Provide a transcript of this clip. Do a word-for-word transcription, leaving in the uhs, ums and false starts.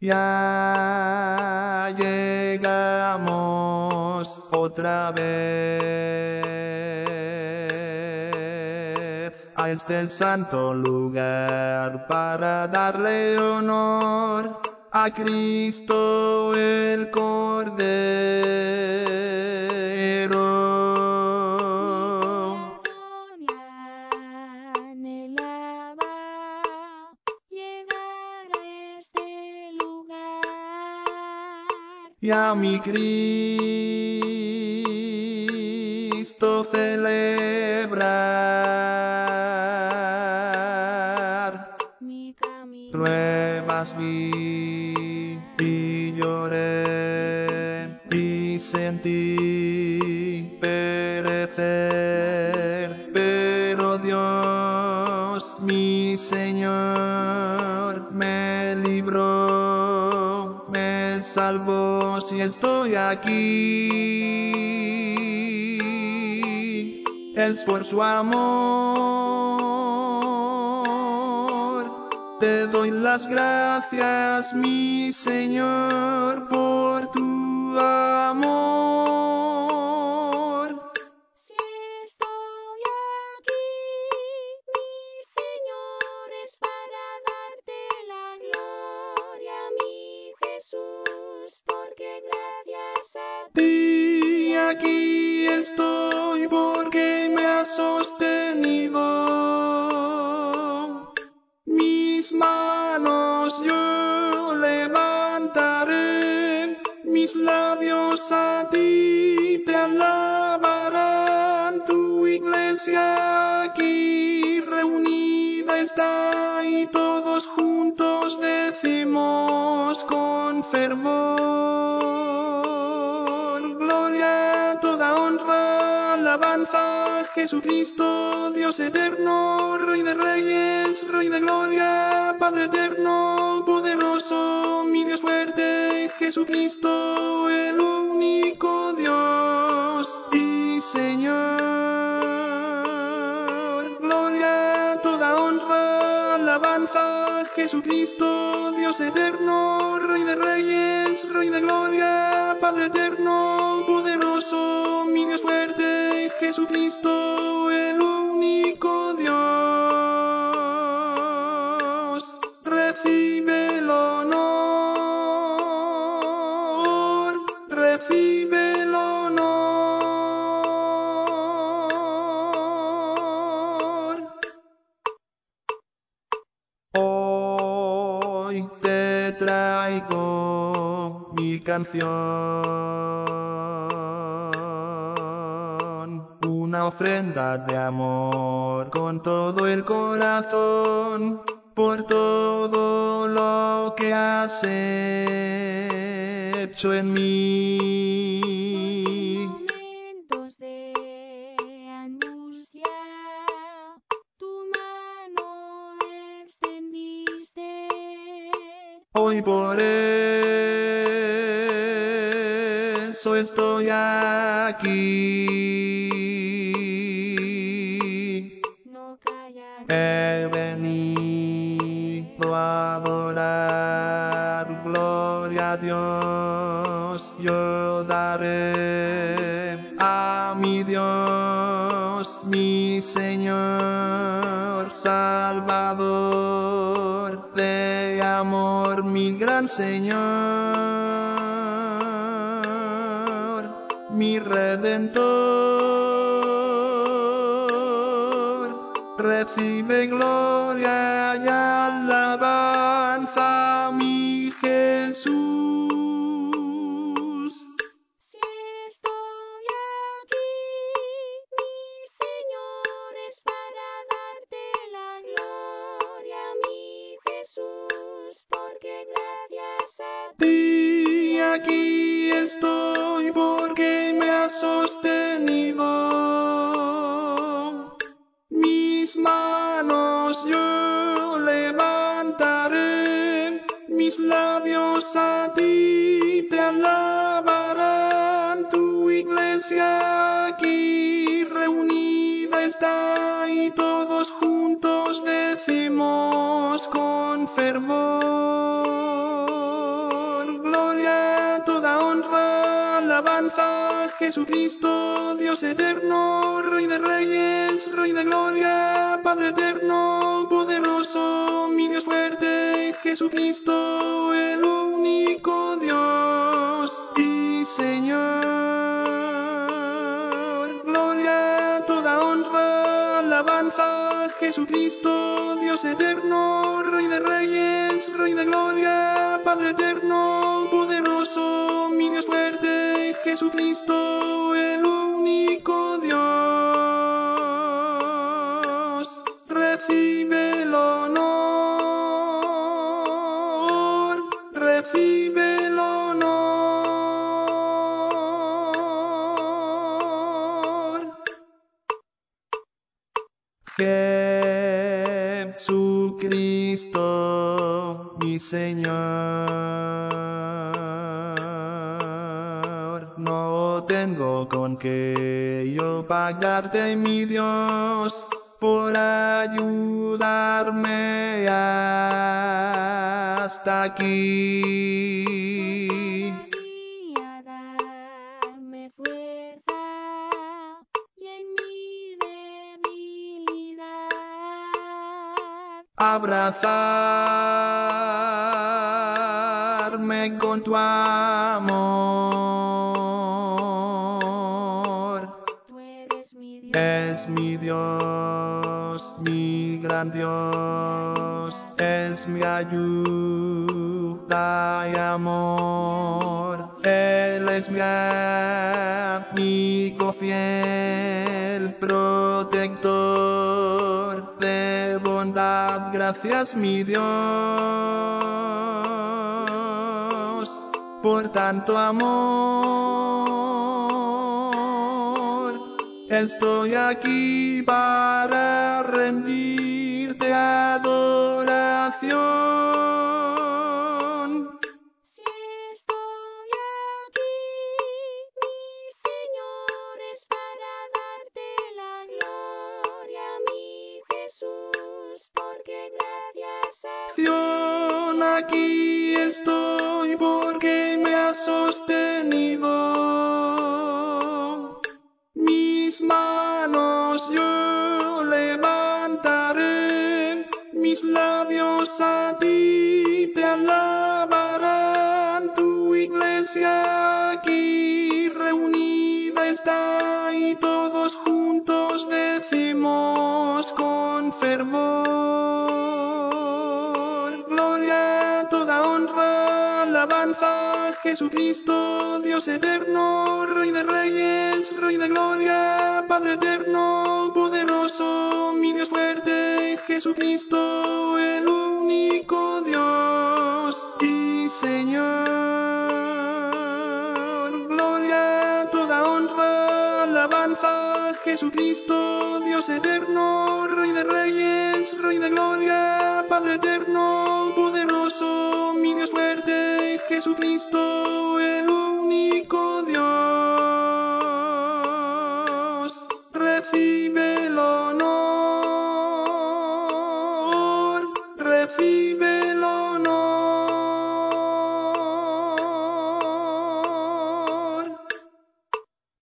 Ya llegamos otra vez a este santo lugar para darle honor a Cristo el Cordero. Y a mi Cristo celebrar. Pruebas vi y lloré y sentí perecer, pero Dios, mi Señor, me libró, me salvó. Si estoy aquí, es por su amor. Te doy las gracias, mi Señor, por tu amor. Si estoy aquí, mi Señor, es para darte la gloria, mi Jesús, porque gracias a ti aquí estoy, porque me has sostenido. Mis manos yo levantaré, mis labios a ti te alabarán. Tu iglesia aquí reunida está y todos juntos decimos con fervor: gloria, toda honra, alabanza a Jesucristo, Dios eterno, Rey de reyes, Rey de gloria, Padre eterno, poderoso, mi Dios fuerte, Jesucristo, el único Dios y Señor. Gloria, toda honra, alabanza a Jesucristo, Dios eterno, Rey de reyes, Rey de gloria, Padre eterno, poderoso, mi Dios fuerte, Jesucristo, el único Dios. Recibe el honor, recibe el honor. Hoy te traigo mi canción, una ofrenda de amor con todo el corazón, por todo lo que has hecho en mí. momentos de angustia, tu mano extendiste. Hoy por eso estoy aquí. No callaré. He venido a adorar, gloria a Dios, yo daré a mi Dios, mi Señor, Salvador de amor, mi gran Señor, mi Redentor. Recibe gloria y alabanza, mi Jesús. Si estoy aquí, mi Señor, es para darte la gloria, mi Jesús, porque gracias a ti aquí estoy, porque me has sostenido. Mis manos yo levantaré, mis labios a ti te alabarán. Tu iglesia aquí reunida está y todos juntos decimos con fervor: alabanza, Jesucristo, Dios eterno, Rey de reyes, Rey de gloria, Padre eterno, poderoso, mi Dios fuerte, Jesucristo, el único Dios y Señor. Gloria, toda honra, alabanza, Jesucristo, Dios eterno, Rey de reyes, Rey de gloria, Padre eterno, poderoso, mi Dios fuerte, Jesucristo, el único Dios. Recibe el honor, recibe el honor. Jesucristo, mi Señor, no tengo con qué yo pagarte, mi Dios, por ayudarme hasta aquí. Y a darme fuerza y en mi debilidad Abrazarme con tu amor. tú eres mi Dios, Es mi Dios, mi gran Dios, es mi ayuda y amor. Él es mi amigo fiel, protector de bondad. Gracias, mi Dios, por tanto amor. Estoy aquí para rendirte adoración. si estoy aquí, mi Señor, es para darte la gloria, mi Jesús, porque gracias a ti Aquí estoy porque me has sostenido. Mis manos yo levantaré, mis labios a ti te alabarán. Tu iglesia aquí reunida está y todos juntos decimos con fervor. Gloria, toda honra, alabanza, Jesucristo, Dios eterno, Rey de reyes, Rey de gloria, Padre eterno, poderoso, mi Dios fuerte, Jesucristo, el único Dios y Señor. Gloria, toda honra, alabanza, Jesucristo, Dios eterno, Rey de reyes, Rey de gloria,